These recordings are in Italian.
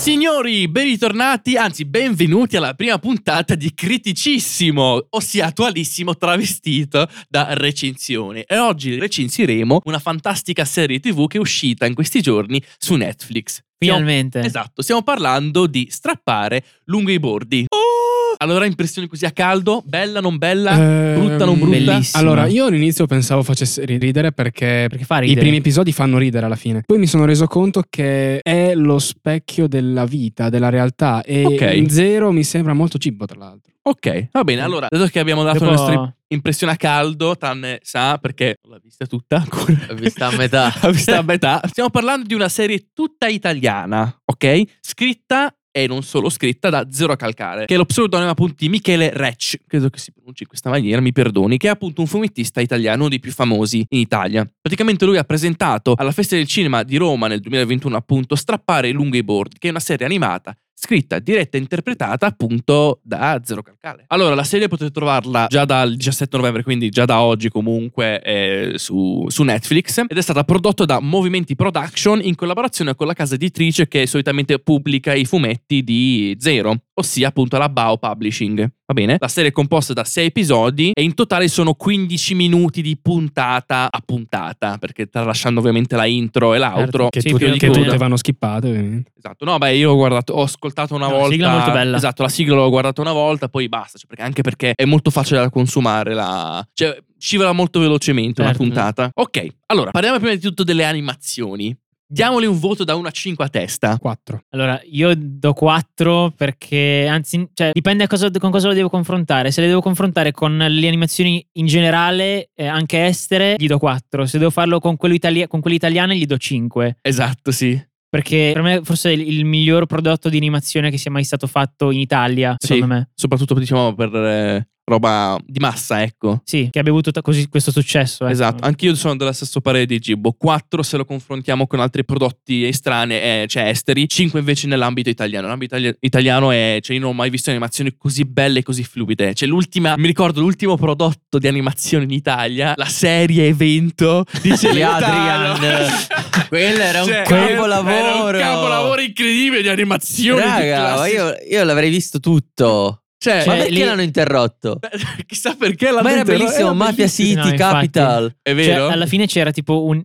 Signori, ben ritornati, anzi benvenuti alla prima puntata di Criticissimo, ossia attualissimo travestito da recensione. E oggi recensiremo una fantastica serie TV che è uscita in questi giorni su Netflix. Finalmente. Esatto, stiamo parlando di Strappare lungo i bordi. Allora, impressioni così a caldo? Bella, non bella? Brutta, non brutta? Bellissima. Allora, io all'inizio pensavo facesse ridere perché fa i ridere. primi episodi fanno ridere alla fine. Poi mi sono reso conto che è lo specchio della vita, della realtà. E Ok. in Zero mi sembra molto cibo, tra l'altro. Ok, va bene, allora, dato che abbiamo dato Dopo- le nostre impressioni a caldo, Tanne sa perché non l'ha vista tutta ancora. L'ho vista a metà. L'ha vista a metà. Stiamo parlando di una serie tutta italiana, ok? Scritta e non solo scritta da Zero a Calcare, che è lo pseudonimo appunto di Michele Recc, credo che si pronunci in questa maniera, mi perdoni, che è appunto un fumettista italiano, uno dei più famosi in Italia. Praticamente lui ha presentato alla Festa del Cinema di Roma nel 2021 appunto Strappare lungo i bordi, che è una serie animata scritta, diretta e interpretata appunto da Zero Calcare. Allora, la serie potete trovarla già dal 17 novembre, quindi già da oggi comunque su Netflix, ed è stata prodotta da Movimenti Production in collaborazione con la casa editrice che solitamente pubblica i fumetti di Zero, ossia appunto la Bao Publishing. Va bene? La serie è composta da 6 episodi e in totale sono 15 minuti di puntata a puntata, perché tralasciando ovviamente la intro e l'outro, Che, Sì, tutte, più di che coda. tutte vanno skippate, ovviamente. Esatto, no, beh, io ho ascoltato una No, la volta. sigla è molto bella. Esatto, la sigla l'ho guardata una volta, poi basta. Cioè, anche perché è molto facile da consumare. Cioè, scivola molto velocemente una Certo. puntata. Ok, allora, parliamo prima di tutto delle animazioni. Diamole un voto da 1 a 5 a testa. 4. Allora, io do 4 perché, anzi, cioè, dipende con cosa lo devo confrontare. Se le devo confrontare con le animazioni in generale, anche estere, gli do 4. Se devo farlo con quelle italiane, gli do 5. Esatto, sì. Perché per me forse è il miglior prodotto di animazione che sia mai stato fatto in Italia, secondo me. Soprattutto, diciamo, per roba di massa, ecco. Sì, che abbia avuto così questo successo. Ecco. Esatto, anch'io sono dello stesso parere di Gibbo. 4 se lo confrontiamo con altri prodotti estranei, cioè esteri. 5 invece nell'ambito italiano. L'ambito italiano è, cioè, io non ho mai visto animazioni così belle e così fluide. Cioè mi ricordo l'ultimo prodotto di animazione in Italia, la serie evento di Celentano. Adrian. Quello era un Cioè, capolavoro. Era un capolavoro incredibile di animazione. di Raga, ma classe. io l'avrei visto tutto. Cioè, Ma perché lì- l'hanno interrotto? chissà perché l'hanno Ma era interrotto. bellissimo, Mafia City, No, infatti. Capital. È Cioè, vero? alla fine c'era tipo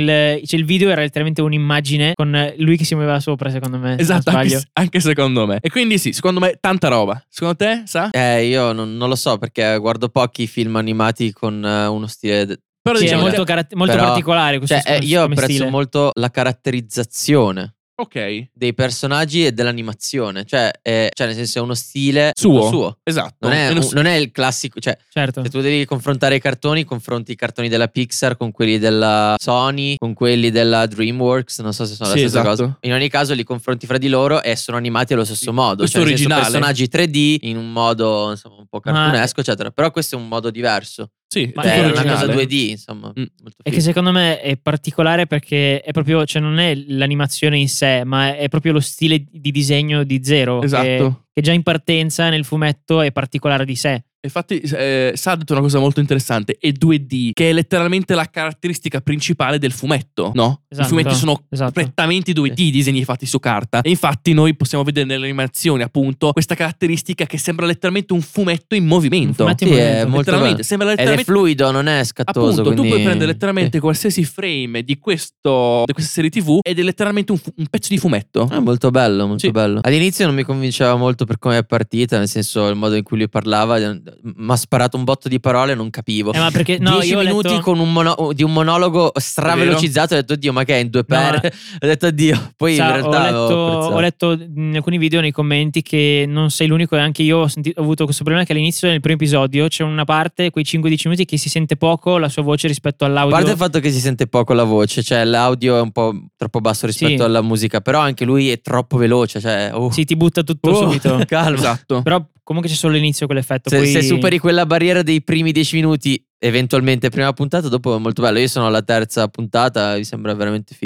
il video era letteralmente un'immagine con lui che si muoveva sopra, secondo me. se non Esatto, sbaglio. anche secondo me. E quindi sì, secondo me tanta roba. Secondo te, sa? Io non lo so perché guardo pochi film animati con uno stile. Però Sì, è diciamo molto, molto però- particolare questo Cioè, io come apprezzo stile. molto la caratterizzazione ok, dei personaggi e dell'animazione. Cioè, nel senso, è uno stile suo. suo. Esatto. Non è il classico. Cioè, Certo. se tu devi confrontare i cartoni, confronti i cartoni della Pixar con quelli della Sony, con quelli della DreamWorks, non so se sono Sì, la stessa esatto. cosa. In ogni caso li confronti fra di loro e sono animati allo stesso modo. Questo Cioè, nel senso, originale. personaggi 3D in un modo, insomma, un po' cartunesco, eccetera. Però questo è un modo diverso. Sì, Ma è È tutto una cosa originale. 2D, insomma. Molto E figo. che secondo me è particolare perché è proprio, cioè non è l'animazione in sé, ma è proprio lo stile di disegno di Zero. Esatto. Che già in partenza nel fumetto è particolare di sé. Infatti, Sa ha detto una cosa molto interessante: è 2D, che è letteralmente la caratteristica principale del fumetto, no? Esatto, I fumetti sono esatto. prettamente 2D, i disegni fatti su carta. E infatti noi possiamo vedere nelle animazioni, appunto, questa caratteristica che sembra letteralmente un fumetto in movimento. Un fumetto Sì, in è movimento. molto Letteralmente, bello. sembra Ed è letteralmente. fluido, non è scattoso. Appunto, tu quindi- puoi prendere letteralmente Sì. qualsiasi frame di questa serie TV ed è letteralmente un pezzo di fumetto. È molto bello, molto Sì. bello. All'inizio non mi convinceva molto per come è partita, nel senso il modo in cui lui parlava, mi ha sparato un botto di parole e non capivo. Ma perché no, 10 io ho minuti letto- con di un monologo stravelocizzato, ho detto oddio, ma che è in 2 No, per? Ho detto oddio, poi in realtà ho letto in alcuni video nei commenti che non sei l'unico e anche io ho avuto questo problema che all'inizio del primo episodio c'è una parte, quei 5-10 minuti, che si sente poco la sua voce rispetto A all'audio. parte il fatto che si sente poco la voce, cioè l'audio è un po' troppo basso rispetto Sì. alla musica, però anche lui è troppo veloce, cioè Sì, ti butta tutto subito. calma. Esatto. Però comunque c'è solo l'inizio quell'effetto. Se, poi... se superi quella barriera dei primi 10 minuti, eventualmente prima puntata, dopo è molto bello. Io sono alla terza puntata, mi sembra veramente figo.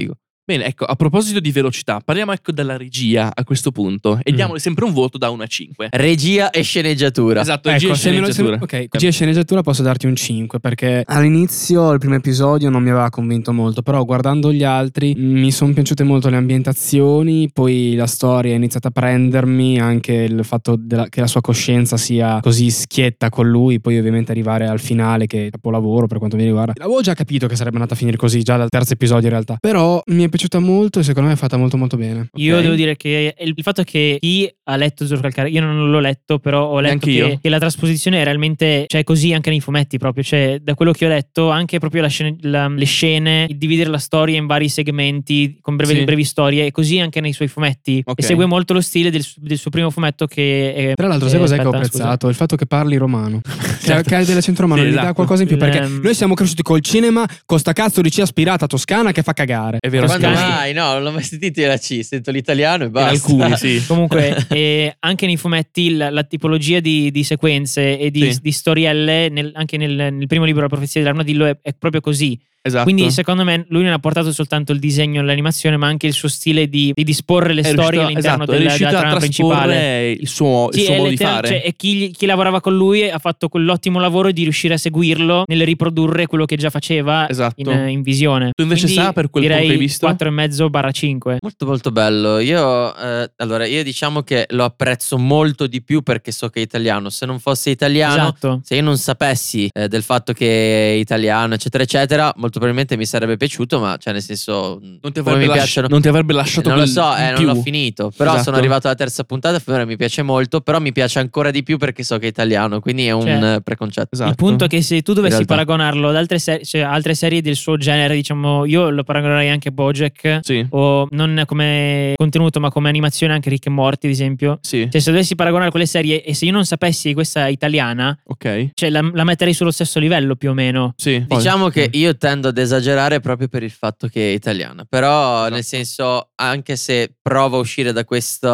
Bene, ecco, a proposito di velocità, parliamo ecco della regia a questo punto e diamole sempre un voto da 1 a 5. Regia e sceneggiatura. Esatto, regia e se me lo- se- sceneggiatura. ok, regia e sceneggiatura posso darti un 5 perché all'inizio il primo episodio non mi aveva convinto molto, però guardando gli altri mi sono piaciute molto le ambientazioni, poi la storia ha iniziato a prendermi, anche il fatto che la sua coscienza sia così schietta con lui, poi ovviamente arrivare al finale che è capolavoro per quanto mi riguarda. L'avevo già capito che sarebbe andata a finire così già dal terzo episodio in realtà, però mi è piaciuta molto e secondo me è fatta molto molto bene. Io Ok. devo dire che il fatto che chi ha letto Zero Calcare, io non l'ho letto, però ho letto Neanch'io. che la trasposizione è realmente, cioè così anche nei fumetti proprio, cioè da quello che ho letto anche proprio le scene, il dividere la storia in vari segmenti con Sì. brevi storie, e così anche nei suoi fumetti. Ok. E segue molto lo stile del suo primo fumetto che è, Tra l'altro, sai cos'è che ho aspetta, scusa. apprezzato? Il fatto che parli romano. Certo. Che hai dell'accento romano, Sì, mi dà esatto. qualcosa in più. Perché Il- noi siamo cresciuti col cinema, con sta cazzo di C aspirata toscana che fa cagare. È vero, Quando Toscani. mai? No, non l'ho mai sentito io la C, sento l'italiano e basta. alcuni, sì. Comunque, anche nei fumetti la tipologia di sequenze e Sì. di storielle, anche nel primo libro, La profezia dell'armadillo, è proprio così. Esatto. Quindi, secondo me, lui non ha portato soltanto il disegno e l'animazione, ma anche il suo stile di disporre le È storie riuscito- all'interno esatto, è della riuscito trama a principale. trasporre il suo Sì, modo di è fare. cioè, e chi lavorava con lui ha fatto quell'ottimo lavoro di riuscire a seguirlo nel riprodurre quello che già faceva Esatto. in visione. Tu invece, Quindi Sa, per quel poco direi che hai visto? 4,5/5. Molto molto bello. Io diciamo che lo apprezzo molto di più perché so che è italiano. Se non fosse italiano, Esatto. se io non sapessi del fatto che è italiano, eccetera, eccetera, molto probabilmente mi sarebbe piaciuto, ma cioè nel senso Non ti come avrebbe, mi piacciono. non ti avrebbe lasciato Non lo quel so, in non l'ho più. finito. Però Esatto. sono arrivato alla terza puntata. Finora mi piace molto. Però mi piace ancora di più perché so che è italiano. Quindi è un Cioè, preconcetto. Esatto. Il punto è che se tu dovessi realtà. paragonarlo ad altre serie, cioè altre serie del suo genere, diciamo, io lo paragonerei anche a BoJack, Sì, o non come contenuto ma come animazione anche Rick e Morty, ad esempio. sì, Cioè, se dovessi paragonare quelle serie e se io non sapessi questa italiana, ok. cioè la metterei sullo stesso livello più o meno. Sì. Diciamo che io tendo ad esagerare proprio per il fatto che è italiana. Però, Esatto. nel senso, anche se provo a uscire da questo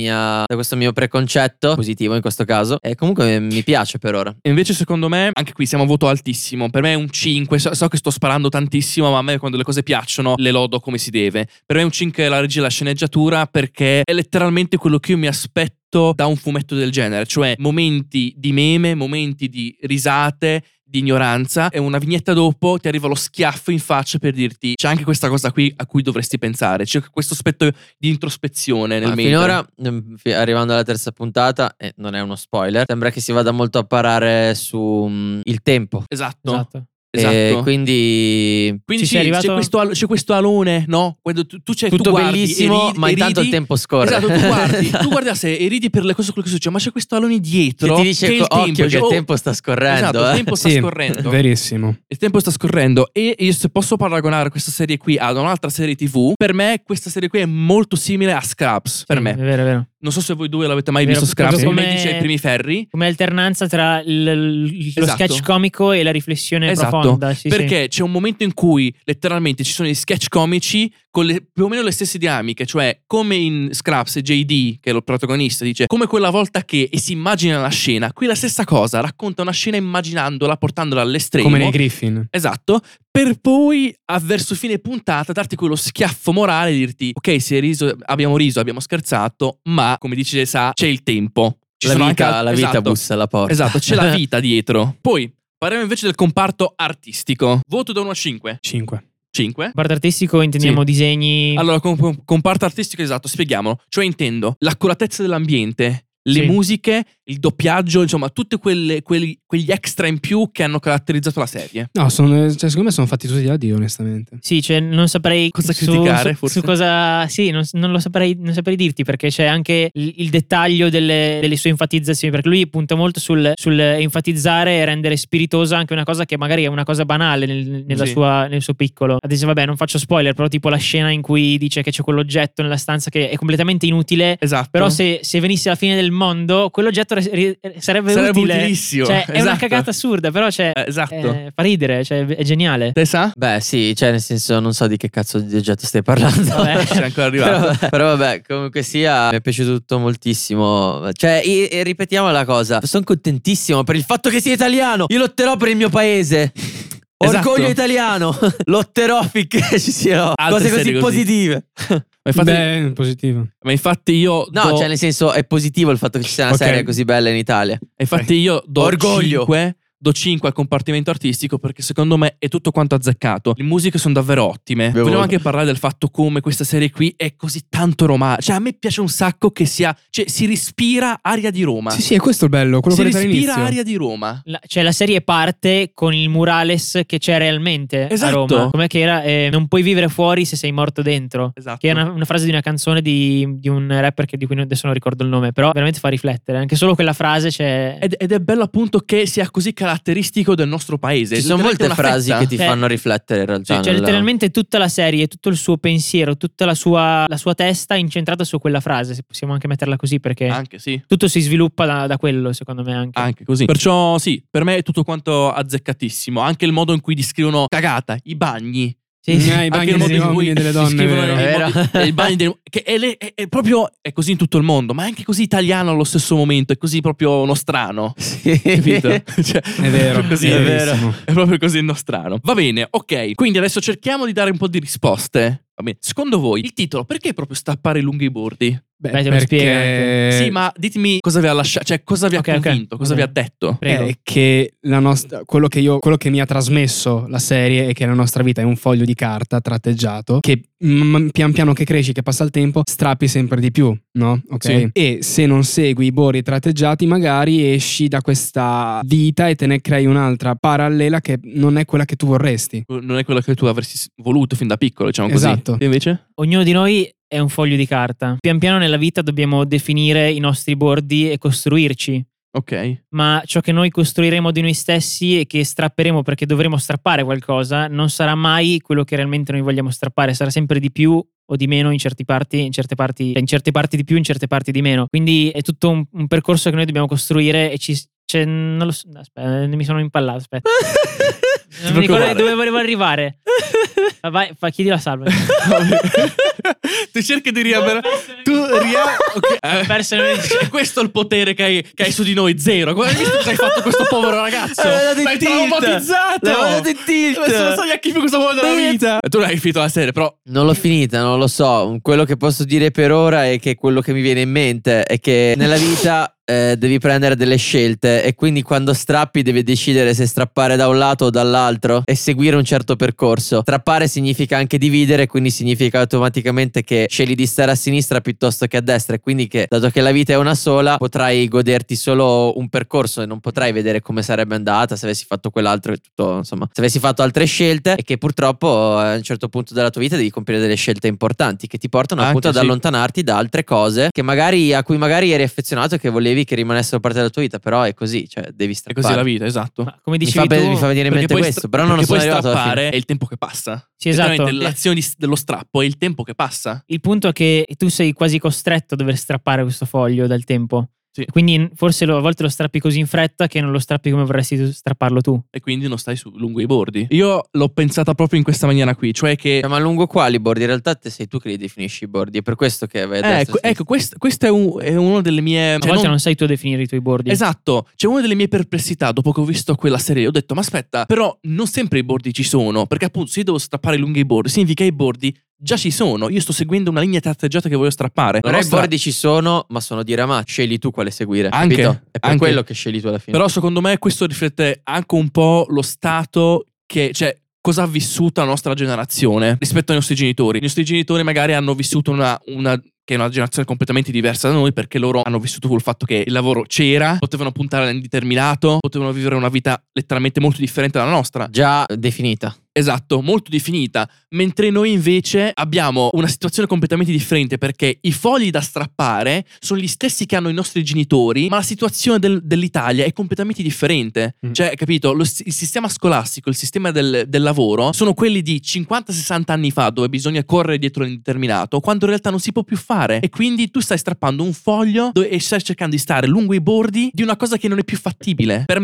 mio preconcetto, positivo in questo caso, comunque mi piace per ora. E invece secondo me, anche qui siamo a voto altissimo. Per me è un 5. So che sto sparando tantissimo, ma a me quando le cose piacciono le lodo come si deve. Per me è un 5 la regia e la sceneggiatura, perché è letteralmente quello che io mi aspetto da un fumetto del genere. Cioè momenti di meme, momenti di risate, di ignoranza, e una vignetta dopo ti arriva lo schiaffo in faccia per dirti c'è anche questa cosa qui a cui dovresti pensare, c'è questo aspetto di introspezione nel Ma mentre. finora, arrivando alla terza puntata, e non è uno spoiler, sembra che si vada molto a parare su il tempo. Esatto. Esatto. Esatto. Quindi Quindi Ci sei sì, arrivato? c'è questo alone, no? Quando tu tutto guardi bellissimo, ma intanto il tempo scorre. Esatto, tu guardi a sé e ridi per le cose quello che succede, ma c'è questo alone dietro Che ti dice che è il occhio tempo, che cioè, il tempo sta scorrendo. Esatto, il tempo sta Sì, scorrendo. verissimo. Il tempo sta scorrendo, e io se posso paragonare questa serie qui ad un'altra serie TV, per me questa serie qui è molto simile a Scraps, per Sì, me. È vero, è vero. Non so se voi due l'avete mai Vero, visto Scraps, proprio come come- dice i primi ferri. Come alternanza tra lo Esatto. sketch comico e la riflessione Esatto, profonda. Sì, perché c'è un momento in cui letteralmente ci sono gli sketch comici con più o meno le stesse dinamiche, cioè come in Scraps JD, che è il protagonista, dice come quella volta che, e si immagina la scena. Qui la stessa cosa, racconta una scena immaginandola, portandola all'estremo. Come nei Griffin. Esatto, per poi verso fine puntata darti quello schiaffo morale e dirti ok, si è riso, abbiamo scherzato, ma come dice Sa, c'è il tempo. Ci sono anche La vita esatto, bussa alla porta. esatto, c'è la vita dietro. Poi parliamo invece del comparto artistico. Voto da 1 a 5. 5. 5. Comparto artistico intendiamo Sì. disegni. Allora, comparto artistico, esatto, spieghiamolo. Cioè intendo l'accuratezza dell'ambiente, le Sì. musiche, il doppiaggio, insomma, tutti quegli extra in più che hanno caratterizzato la serie. No, secondo me sono fatti tutti da Dio, onestamente. Sì, cioè non saprei Cosa criticare, su forse? cosa. Sì, non lo saprei, non saprei dirti, perché c'è anche il dettaglio delle sue enfatizzazioni. Perché lui punta molto sul enfatizzare e rendere spiritosa anche una cosa che magari è una cosa banale Sì. nel suo piccolo. Ad esempio, vabbè, non faccio spoiler, però tipo la scena in cui dice che c'è quell'oggetto nella stanza che è completamente inutile. Esatto. Però se venisse la fine del mondo, quell'oggetto sarebbe utile. utilissimo. Cioè, è una Esatto. cagata assurda, però Esatto. fa ridere, cioè, è geniale. Te Sa? Beh, sì, cioè nel senso non so di che cazzo di oggetto stai parlando. Vabbè. Sei ancora arrivato. però vabbè, comunque sia, mi è piaciuto tutto moltissimo. Cioè, e ripetiamo la cosa, sono contentissimo per il fatto che sia italiano. Io lotterò per il mio paese. Esatto. Orgoglio italiano. Lotterò finché ci siano Altre cose così serie così. positive. Ma infatti, Beh, positivo. ma infatti io No, do, cioè nel senso è positivo il fatto che ci sia una Ok. serie così bella in Italia. infatti io do Orgoglio. 5. Do 5 al compartimento artistico perché secondo me è tutto quanto azzeccato. Le musiche sono davvero ottime. Bevo. Vogliamo anche parlare del fatto come questa serie qui è così tanto romantica. Cioè a me piace un sacco che si respira aria di Roma. Sì, è questo il bello, quello Si che ho detto respira all'inizio. aria di Roma. Cioè la serie parte con il murales che c'è realmente Esatto. a Roma. Com'è che era? Non puoi vivere fuori se sei morto dentro. Esatto. Che è una frase di una canzone di un rapper di cui adesso non ricordo il nome, però veramente fa riflettere. Anche solo quella frase c'è... Ed è bello appunto che sia così caratteristico del nostro paese. Ci sono molte Letteralmente una frasi fetta. che ti Cioè- fanno riflettere in realtà. Cioè letteralmente tutta la serie, tutto il suo pensiero, tutta la sua testa è incentrata su quella frase, se possiamo anche metterla così, perché Anche sì. tutto si sviluppa da quello, secondo me anche. Anche così. Perciò sì, per me è tutto quanto azzeccatissimo. Anche il modo in cui descrivono cagata, i bagni. Sì, sì. I Anche bagni il modo degli in cui uomini e delle donne, descrivono vero? i È modi- vero. i bagni che è proprio è così in tutto il mondo, ma è anche così italiano allo stesso momento, è così proprio nostrano. Capito? Cioè, È vero, così, è vero. verissimo. È proprio così nostrano. Va bene, ok. Quindi adesso cerchiamo di dare un po' di risposte. Va bene. Secondo voi il titolo perché proprio stappare lunghi i bordi? Beh, Dai, te lo spiega perché Sì, ma ditemi cosa vi ha lasciato, cioè cosa vi ha Ok, ok. convinto, cosa Ok. vi ha detto. Prego. è che quello che mi ha trasmesso la serie è che la nostra vita è un foglio di carta tratteggiato che pian piano che cresci, che passa il tempo, strappi sempre di più, no? Ok. Sì. E se non segui i bordi tratteggiati, magari esci da questa vita e te ne crei un'altra parallela che non è quella che tu vorresti. Non è quello che tu avresti voluto fin da piccolo, diciamo così. Esatto. E invece? Ognuno di noi è un foglio di carta. Pian piano nella vita dobbiamo definire i nostri bordi e costruirci. Ok. Ma ciò che noi costruiremo di noi stessi e che strapperemo perché dovremo strappare qualcosa non sarà mai quello che realmente noi vogliamo strappare, sarà sempre di più o di meno in certe parti di più, in certe parti di meno. Quindi è tutto un percorso che noi dobbiamo costruire e non lo so, aspetta, mi sono impallato, aspetta. Non mi ricordo dove volevo arrivare. Vai, chiedi la salva. Tu cerchi di riavere. Ho perso l'energia. È questo il potere che hai su di noi, zero. Guarda, hai visto cosa hai fatto questo povero ragazzo? L'hai traumatizzato. L'hai dato in tilt. Adesso non so neanche più cosa vuole della vita. Tu l'hai finito la serie, però. Non l'ho finita, non lo so. Quello che posso dire per ora è che quello che mi viene in mente è che nella vita devi prendere delle scelte e quindi quando strappi devi decidere se strappare da un lato o dall'altro e seguire un certo percorso. Strappare significa anche dividere, quindi significa automaticamente che scegli di stare a sinistra piuttosto che a destra e quindi che, dato che la vita è una sola, potrai goderti solo un percorso e non potrai vedere come sarebbe andata se avessi fatto quell'altro e tutto, insomma, se avessi fatto altre scelte e che purtroppo a un certo punto della tua vita devi compiere delle scelte importanti che ti portano Anche appunto ad sì. allontanarti da altre cose che magari a cui magari eri affezionato e che volevi che rimanessero parte della tua vita, però è così, cioè devi È strappare. così la vita, esatto. Ma come Mi dicevi fa, tu, mi fa venire in mente poi questo, però non perché sono poi arrivato alla strappare fine. è il tempo che passa. Sì, esatto. Letteralmente, l'azione dello strappo è il tempo che passa. il punto è che tu sei quasi costretto a dover strappare questo foglio dal tempo. Sì. Quindi forse a volte lo strappi così in fretta che non lo strappi come vorresti strapparlo tu. E quindi non stai lungo i bordi. Io l'ho pensata proprio in questa maniera qui, cioè che Ma lungo quali bordi? In realtà te sei tu che li definisci i bordi, è per questo che vai a destra. ecco, questo è uno delle mie. A volte non sai tu a definire i tuoi bordi. Esatto, c'è una delle mie perplessità dopo che ho visto quella serie. Ho detto, ma aspetta, però non sempre i bordi ci sono, perché appunto se io devo strappare lunghi i bordi, significa che i bordi già ci sono. Io sto seguendo una linea tratteggiata che voglio strappare. Però i bordi ci sono, ma sono diramati. Scegli tu quale seguire. Anche, capito? È per anche. quello che scegli tu alla fine. Però secondo me questo riflette anche un po' lo stato che, cioè, cosa ha vissuto la nostra generazione rispetto ai nostri genitori. I nostri genitori magari hanno vissuto una che è una generazione completamente diversa da noi, perché loro hanno vissuto col fatto che il lavoro c'era, potevano puntare all'indeterminato, potevano vivere una vita letteralmente molto differente dalla nostra. Già definita. Esatto, molto definita, mentre noi invece abbiamo una situazione completamente differente, perché i fogli da strappare sono gli stessi che hanno i nostri genitori, ma la situazione dell'Italia è completamente differente. Cioè, capito, il sistema scolastico, il sistema del lavoro sono quelli di 50-60 anni fa, dove bisogna correre dietro l'indeterminato, quando in realtà non si può più fare, e quindi tu stai strappando un foglio e stai cercando di stare lungo i bordi di una cosa che non è più fattibile. Per me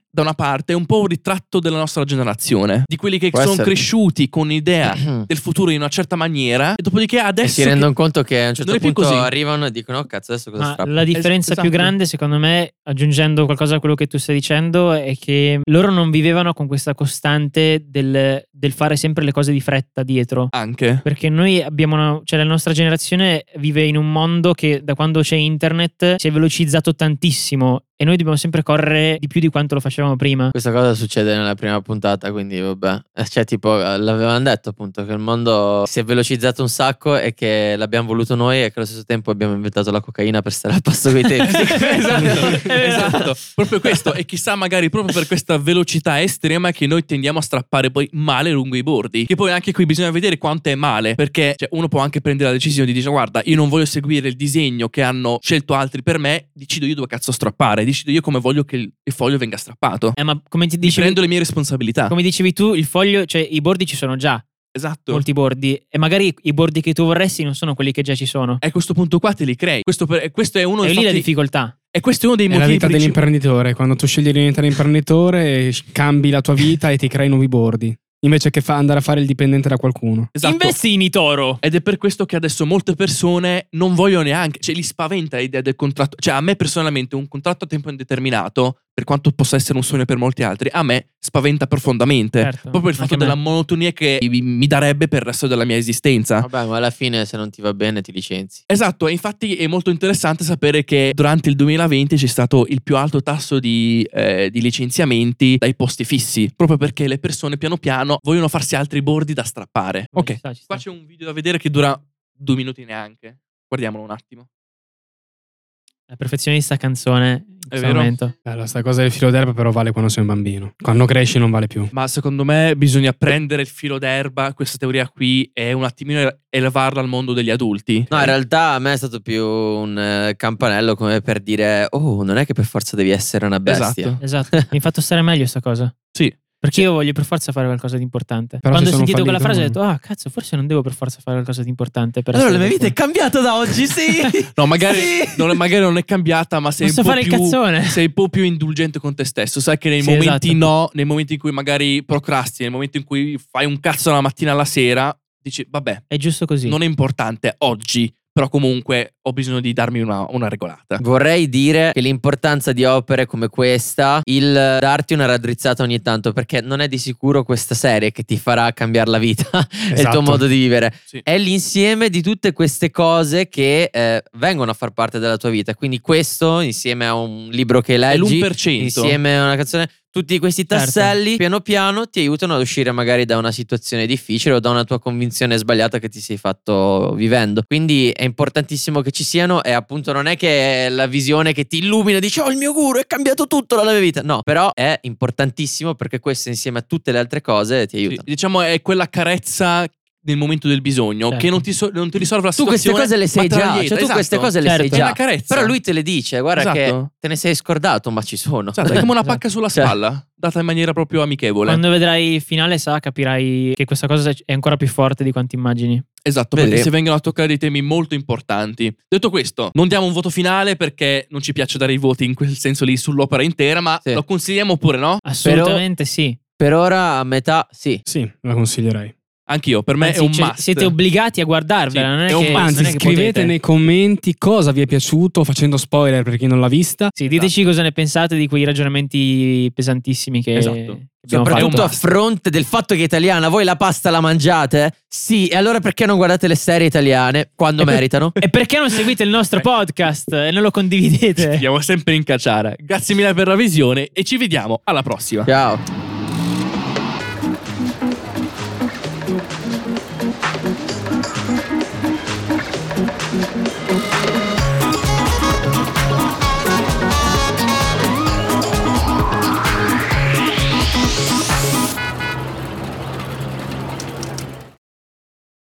da una parte, è un po' un ritratto della nostra generazione, di quelli che Può sono essere. cresciuti con l'idea del futuro in una certa maniera, e dopodiché E adesso si rendono conto che a un certo non è più punto così. arrivano e dicono: oh cazzo, adesso cosa Ma strappo? la differenza Esatto. più grande, secondo me, aggiungendo qualcosa a quello che tu stai dicendo, è che loro non vivevano con questa costante del fare sempre le cose di fretta dietro. anche Perché noi abbiamo cioè la nostra generazione vive in un mondo che da quando c'è internet si è velocizzato tantissimo e noi dobbiamo sempre correre di più di quanto lo facevamo prima. Questa cosa succede nella prima puntata, quindi vabbè. Cioè, tipo, l'avevano detto appunto che il mondo si è velocizzato un sacco e che l'abbiamo voluto noi e che allo stesso tempo abbiamo inventato la cocaina per stare al passo coi tempi. esatto, proprio questo. E chissà, magari proprio per questa velocità estrema che noi tendiamo a strappare poi male lungo i bordi. Che poi anche qui bisogna vedere quanto è male, perché cioè, uno può anche prendere la decisione di dire: guarda, io non voglio seguire il disegno che hanno scelto altri per me, decido io dove cazzo strappare, decido io come voglio che il foglio venga strappato. Ma come ti Mi dicevi, prendo le mie responsabilità. come dicevi tu, il foglio, cioè i bordi ci sono già, Esatto. molti bordi, e magari i bordi che tu vorresti non sono quelli che già ci sono. E a questo punto qua te li crei. Questo è uno E lì la infatti, difficoltà. e questo è uno dei È la motivi vita principali. dell'imprenditore. Quando tu scegli di diventare imprenditore, cambi la tua vita e ti crei nuovi bordi. Invece che andare a fare il dipendente da qualcuno. Esatto. Investi in Itoro. Ed è per questo che adesso molte persone non vogliono neanche, cioè li spaventa l'idea del contratto. Cioè a me personalmente un contratto a tempo indeterminato, per quanto possa essere un sogno per molti altri, a me spaventa profondamente. Certo, Proprio il fatto anche a me. della monotonia che mi darebbe per il resto della mia esistenza. Vabbè, ma alla fine se non ti va bene ti licenzi. Esatto, e infatti è molto interessante sapere che durante il 2020 c'è stato il più alto tasso di licenziamenti dai posti fissi, proprio perché le persone piano piano vogliono farsi altri bordi da strappare. Ok, Ci sta. qua c'è un video da vedere che dura 2 minuti neanche. Guardiamolo un attimo. La perfezionista canzone in questo vero? momento. Sta cosa del filo d'erba però vale quando sei un bambino. Quando cresci non vale più. Ma secondo me bisogna prendere il filo d'erba, questa teoria qui, e un attimino elevarla al mondo degli adulti. No, in realtà a me è stato più un campanello come per dire: oh, non è che per forza devi essere una bestia. Esatto. Esatto, mi ha fatto stare meglio sta cosa. Sì. Perché io voglio per forza fare qualcosa di importante. Però Quando ho se sono sentito quella frase ho fallito, detto: ah, cazzo, forse non devo per forza fare qualcosa di importante per Allora la essere mia vita è qualcuno. cambiata da oggi, sì. No, magari, Sì. magari non è cambiata, ma sei Posso un po' fare il più cazzone? sei un po' più indulgente con te stesso. Sai che nei Sì, momenti esatto. nei momenti in cui magari procrastini, nel momento in cui fai un cazzo la mattina alla sera, dici vabbè, È giusto così. non è importante oggi, però comunque ho bisogno di darmi una regolata. Vorrei dire che l'importanza di opere come questa, il darti una raddrizzata ogni tanto, perché non è di sicuro questa serie che ti farà cambiare la vita e il tuo Esatto. modo di vivere. Sì. È l'insieme di tutte queste cose che vengono a far parte della tua vita. Quindi questo, insieme a un libro che È leggi, l'1%. insieme a una canzone, tutti questi tasselli piano piano ti aiutano ad uscire magari da una situazione difficile o da una tua convinzione sbagliata che ti sei fatto vivendo. Quindi è importantissimo che ci siano, e appunto non è che è la visione che ti illumina e dici: oh, il mio guru è cambiato tutto la mia vita. No, però è importantissimo perché questo insieme a tutte le altre cose ti Sì, aiuta. diciamo è quella carezza nel momento del bisogno, Certo. che non ti risolve la Tu queste situazione. cose le sai ma te la già, lieta. cioè tu Esatto. queste cose le Certo. sai È già. una carezza. Però lui te le dice: guarda che Esatto. te ne sei scordato, ma ci sono. Esatto, è come una Esatto. pacca sulla Cioè. spalla, data in maniera proprio amichevole. Quando vedrai il finale capirai che questa cosa è ancora più forte di quanto immagini. Esatto, Vedi? perché si vengono a toccare dei temi molto importanti. Detto questo, non diamo un voto finale perché non ci piace dare i voti in quel senso lì sull'opera intera, ma Sì. lo consigliamo pure, no? Assolutamente sì. Per ora a metà sì. Sì, la consiglierei. Anch'io, per me Anzi, è un cioè, must. siete obbligati a guardarvela. Sì, non è è un che, must. Anzi, non è che scrivete potete. nei commenti cosa vi è piaciuto, facendo spoiler per chi non l'ha vista. Sì, diteci cosa ne pensate di quei ragionamenti pesantissimi che Esatto. abbiamo Soprattutto fatto. a fronte del fatto che è italiana. Voi la pasta la mangiate? Sì, e allora perché non guardate le serie italiane quando meritano? E perché non seguite il nostro podcast e non lo condividete? Andiamo sempre in cacciara. Grazie mille per la visione e ci vediamo alla prossima. Ciao.